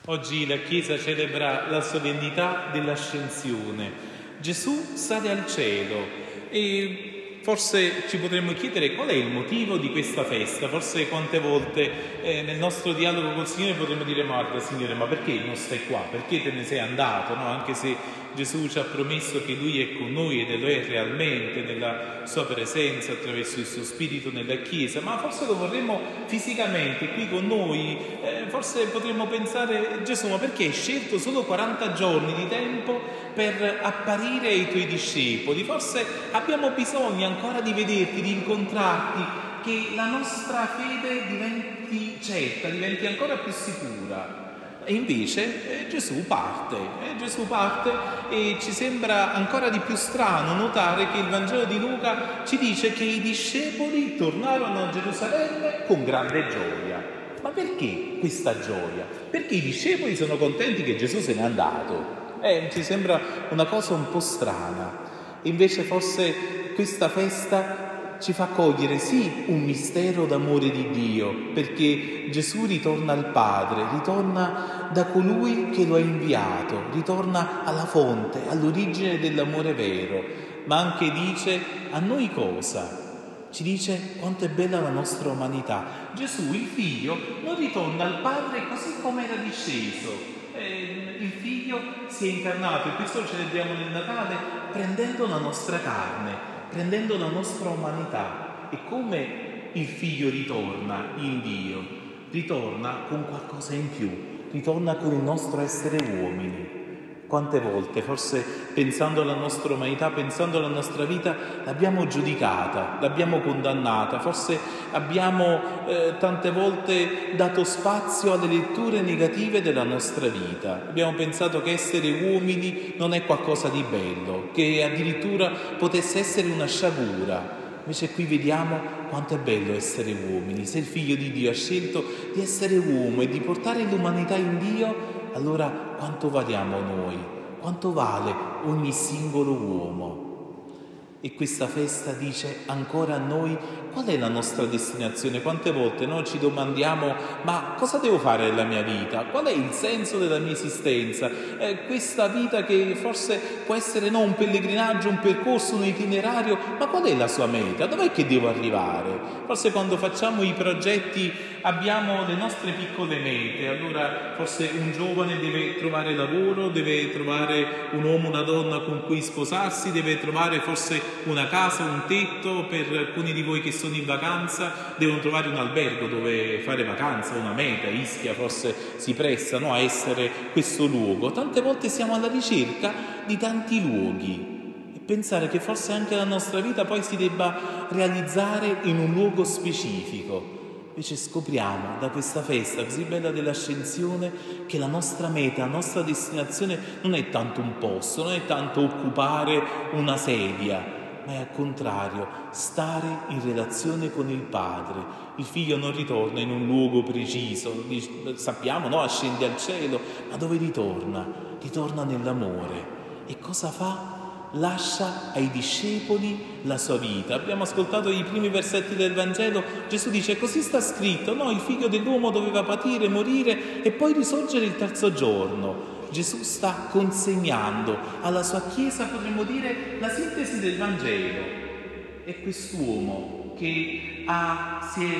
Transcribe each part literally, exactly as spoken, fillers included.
Oggi la Chiesa celebra la solennità dell'Ascensione. Gesù sale al cielo e forse ci potremmo chiedere qual è il motivo di questa festa. Forse quante volte eh, nel nostro dialogo col Signore potremmo dire: guarda Signore, ma perché non stai qua? Perché te ne sei andato? No? Anche se Gesù ci ha promesso che Lui è con noi ed lo è realmente nella sua presenza attraverso il suo Spirito nella Chiesa, ma forse lo vorremmo fisicamente qui con noi. Eh, forse potremmo pensare: Gesù, ma perché hai scelto solo quaranta giorni di tempo per apparire ai tuoi discepoli? Forse abbiamo bisogno ancora di vederti, di incontrarti, che la nostra fede diventi certa, diventi ancora più sicura. E invece eh, Gesù parte, eh, Gesù parte e ci sembra ancora di più strano notare che il Vangelo di Luca ci dice che i discepoli tornarono a Gerusalemme con grande gioia. Ma perché questa gioia? Perché i discepoli sono contenti che Gesù se n'è andato. Eh, ci sembra una cosa un po' strana. Invece forse questa festa ci fa cogliere sì un mistero d'amore di Dio, perché Gesù ritorna al Padre, ritorna da colui che lo ha inviato, ritorna alla fonte, all'origine dell'amore vero, ma anche dice a noi cosa? Ci dice quanto è bella la nostra umanità. Gesù, il Figlio, non ritorna al Padre così come era disceso. Eh, il Figlio si è incarnato e questo lo celebriamo nel Natale prendendo la nostra carne, prendendo la nostra umanità. E come il Figlio ritorna in Dio? Ritorna con qualcosa in più, ritorna con il nostro essere uomini. Quante volte, forse pensando alla nostra umanità, pensando alla nostra vita, l'abbiamo giudicata, l'abbiamo condannata, forse abbiamo eh, tante volte dato spazio alle letture negative della nostra vita. Abbiamo pensato che essere uomini non è qualcosa di bello, che addirittura potesse essere una sciagura. Invece qui vediamo quanto è bello essere uomini. Se il Figlio di Dio ha scelto di essere uomo e di portare l'umanità in Dio, allora quanto valiamo noi? Quanto vale ogni singolo uomo? E questa festa dice ancora a noi qual è la nostra destinazione. Quante volte noi ci domandiamo: ma cosa devo fare nella mia vita? Qual è il senso della mia esistenza? Eh, questa vita che forse può essere no, un pellegrinaggio, un percorso, un itinerario, ma qual è la sua meta? Dov'è che devo arrivare? Forse quando facciamo i progetti abbiamo le nostre piccole mete. Allora forse un giovane deve trovare lavoro, deve trovare un uomo, una donna con cui sposarsi, deve trovare forse una casa, un tetto. Per alcuni di voi che sono in vacanza devono trovare un albergo dove fare vacanza, una meta. Ischia forse si presta no, a essere questo luogo. Tante volte siamo alla ricerca di tanti luoghi e pensare che forse anche la nostra vita poi si debba realizzare in un luogo specifico. Invece scopriamo da questa festa così bella dell'Ascensione che la nostra meta, la nostra destinazione non è tanto un posto, non è tanto occupare una sedia, ma è al contrario stare in relazione con il Padre. Il Figlio non ritorna in un luogo preciso, sappiamo, no? Ascende al cielo, ma dove ritorna? Ritorna nell'amore. E cosa fa? Lascia ai discepoli la sua vita. Abbiamo ascoltato i primi versetti del Vangelo. Gesù dice: così sta scritto, no? Il Figlio dell'uomo doveva patire, morire e poi risorgere il terzo giorno. Gesù sta consegnando alla sua Chiesa, potremmo dire, la sintesi del Vangelo. È quest'uomo che ha, si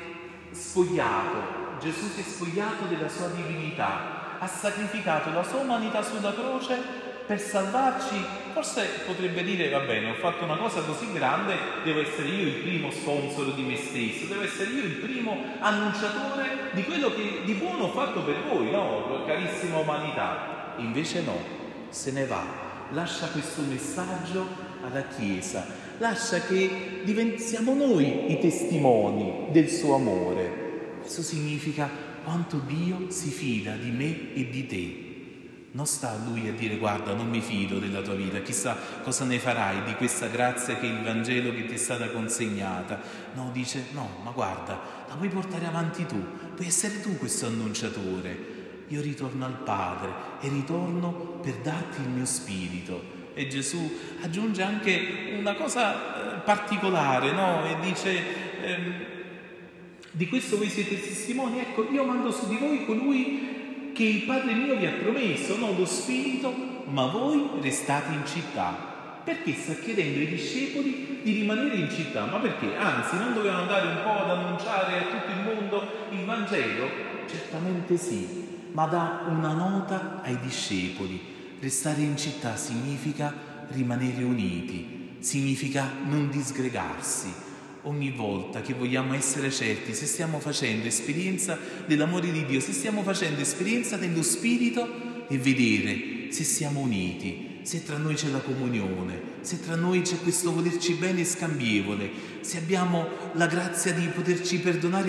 è spogliato, Gesù si è spogliato della sua divinità, ha sacrificato la sua umanità sulla croce per salvarci. Forse potrebbe dire: va bene, ho fatto una cosa così grande, devo essere io il primo sponsor di me stesso, devo essere io il primo annunciatore di quello che di buono ho fatto per voi, no, carissima umanità. Invece no, se ne va, lascia questo messaggio alla Chiesa, lascia che diventiamo noi i testimoni del suo amore. Questo significa quanto Dio si fida di me e di te. Non sta a Lui a dire: guarda, non mi fido della tua vita, chissà cosa ne farai di questa grazia che è il Vangelo che ti è stata consegnata. No, dice: no, ma guarda, la puoi portare avanti tu, puoi essere tu questo annunciatore. Io ritorno al Padre e ritorno per darti il mio spirito. E Gesù aggiunge anche una cosa particolare, no? E dice: ehm, di questo voi siete testimoni, ecco, io mando su di voi colui che il Padre mio vi ha promesso, no? Lo Spirito, ma voi restate in città. Perché sta chiedendo ai discepoli di rimanere in città? Ma perché? Anzi, non dovevano andare un po' ad annunciare a tutto il mondo il Vangelo? Certamente sì, ma dà una nota ai discepoli. Restare in città significa rimanere uniti, significa non disgregarsi. Ogni volta che vogliamo essere certi se stiamo facendo esperienza dell'amore di Dio, se stiamo facendo esperienza dello Spirito, e vedere se siamo uniti, se tra noi c'è la comunione, se tra noi c'è questo volerci bene scambievole, se abbiamo la grazia di poterci perdonare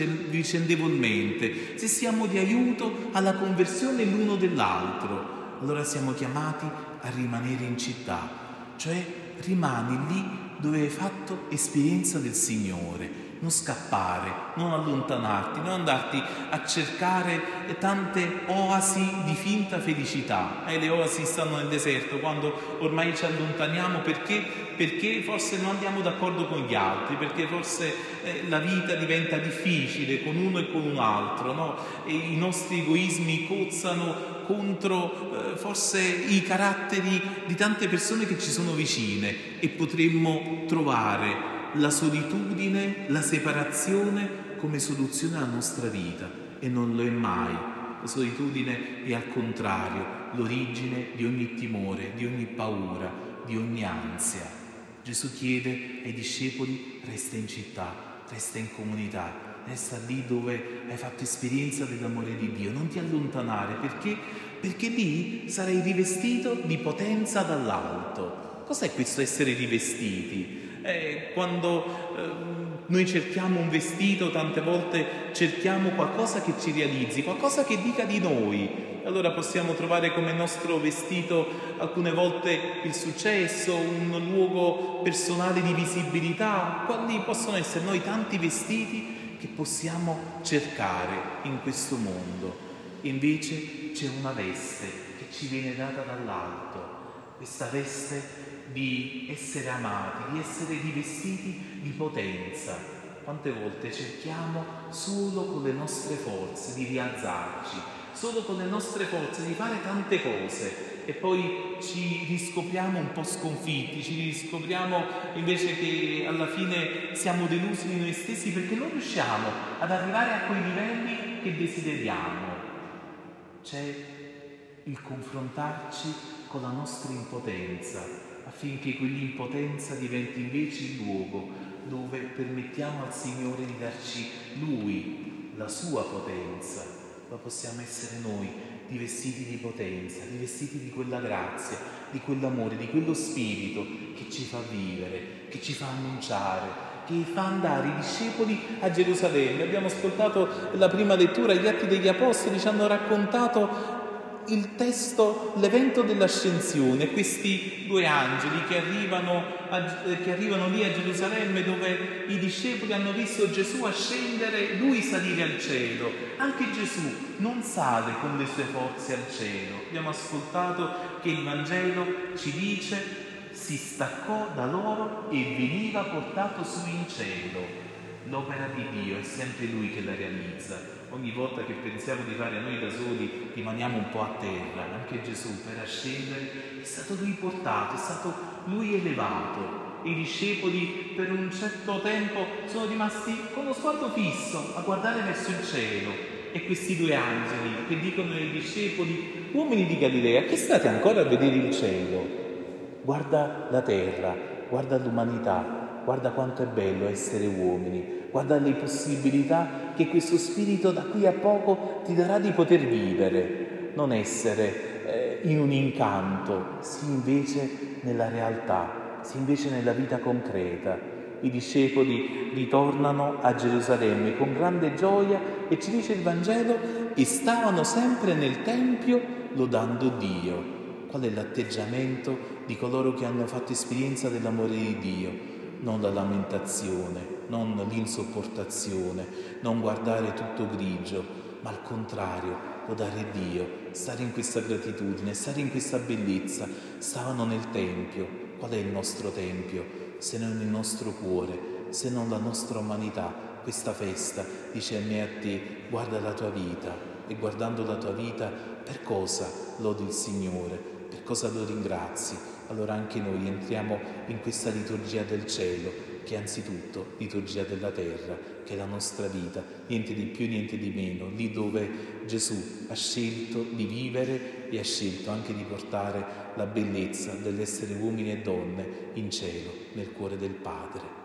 vicendevolmente, se siamo di aiuto alla conversione l'uno dell'altro, allora siamo chiamati a rimanere in città, cioè rimani lì dove hai fatto esperienza del Signore. Non scappare, non allontanarti, non andarti a cercare tante oasi di finta felicità. Eh, le oasi stanno nel deserto, quando ormai ci allontaniamo perché, perché forse non andiamo d'accordo con gli altri, perché forse eh, la vita diventa difficile con uno e con un altro, no? E i nostri egoismi cozzano contro eh, forse i caratteri di tante persone che ci sono vicine, e potremmo trovare la solitudine, la separazione come soluzione alla nostra vita, e non lo è mai. La solitudine è al contrario l'origine di ogni timore, di ogni paura, di ogni ansia. Gesù chiede ai discepoli: resta in città, resta in comunità, resta lì dove hai fatto esperienza dell'amore di Dio, non ti allontanare, perché? Perché lì sarai rivestito di potenza dall'alto. Cos'è questo essere rivestiti? Eh, quando eh, noi cerchiamo un vestito, tante volte cerchiamo qualcosa che ci realizzi, qualcosa che dica di noi. Allora possiamo trovare come nostro vestito alcune volte il successo, un luogo personale di visibilità. Quali possono essere noi tanti vestiti che possiamo cercare in questo mondo. E invece c'è una veste che ci viene data dall'alto, questa veste di essere amati, di essere rivestiti di potenza. Quante volte cerchiamo solo con le nostre forze di rialzarci, solo con le nostre forze di fare tante cose, e poi ci riscopriamo un po' sconfitti, ci riscopriamo invece che alla fine siamo delusi di noi stessi perché non riusciamo ad arrivare a quei livelli che desideriamo. C'è il confrontarci con la nostra impotenza, affinché quell'impotenza diventi invece il luogo dove permettiamo al Signore di darci Lui, la sua potenza. Ma possiamo essere noi rivestiti di potenza, rivestiti di quella grazia, di quell'amore, di quello Spirito che ci fa vivere, che ci fa annunciare, che fa andare i discepoli a Gerusalemme. Abbiamo ascoltato la prima lettura, gli Atti degli Apostoli ci hanno raccontato il testo, l'evento dell'ascensione, questi due angeli che arrivano, a, che arrivano lì a Gerusalemme, dove i discepoli hanno visto Gesù ascendere, lui salire al cielo. Anche Gesù non sale con le sue forze al cielo. Abbiamo ascoltato che il Vangelo ci dice: si staccò da loro e veniva portato su in cielo. L'opera di Dio è sempre Lui che la realizza. Ogni volta che pensiamo di fare noi da soli rimaniamo un po' a terra. Anche Gesù, per ascendere, è stato Lui portato, è stato Lui elevato. I discepoli per un certo tempo sono rimasti con lo sguardo fisso a guardare verso il cielo, e questi due angeli che dicono ai discepoli: uomini di Galilea, che state ancora a vedere il cielo? Guarda la terra, guarda l'umanità, guarda quanto è bello essere uomini, guarda le possibilità che questo Spirito da qui a poco ti darà di poter vivere, non essere eh, in un incanto, sì invece nella realtà, sì invece nella vita concreta. I discepoli ritornano a Gerusalemme con grande gioia, e ci dice il Vangelo: e stavano sempre nel Tempio lodando Dio. Qual è l'atteggiamento di coloro che hanno fatto esperienza dell'amore di Dio? Non la lamentazione, non l'insopportazione, non guardare tutto grigio, ma al contrario, lodare Dio, stare in questa gratitudine, stare in questa bellezza. Stavano nel Tempio. Qual è il nostro Tempio? Se non il nostro cuore, se non la nostra umanità. Questa festa dice a me e a te: guarda la tua vita, e guardando la tua vita, per cosa lodi il Signore, per cosa lo ringrazi. Allora anche noi entriamo in questa liturgia del cielo, che è anzitutto liturgia della terra, che è la nostra vita, niente di più, niente di meno, lì dove Gesù ha scelto di vivere e ha scelto anche di portare la bellezza dell'essere uomini e donne in cielo, nel cuore del Padre.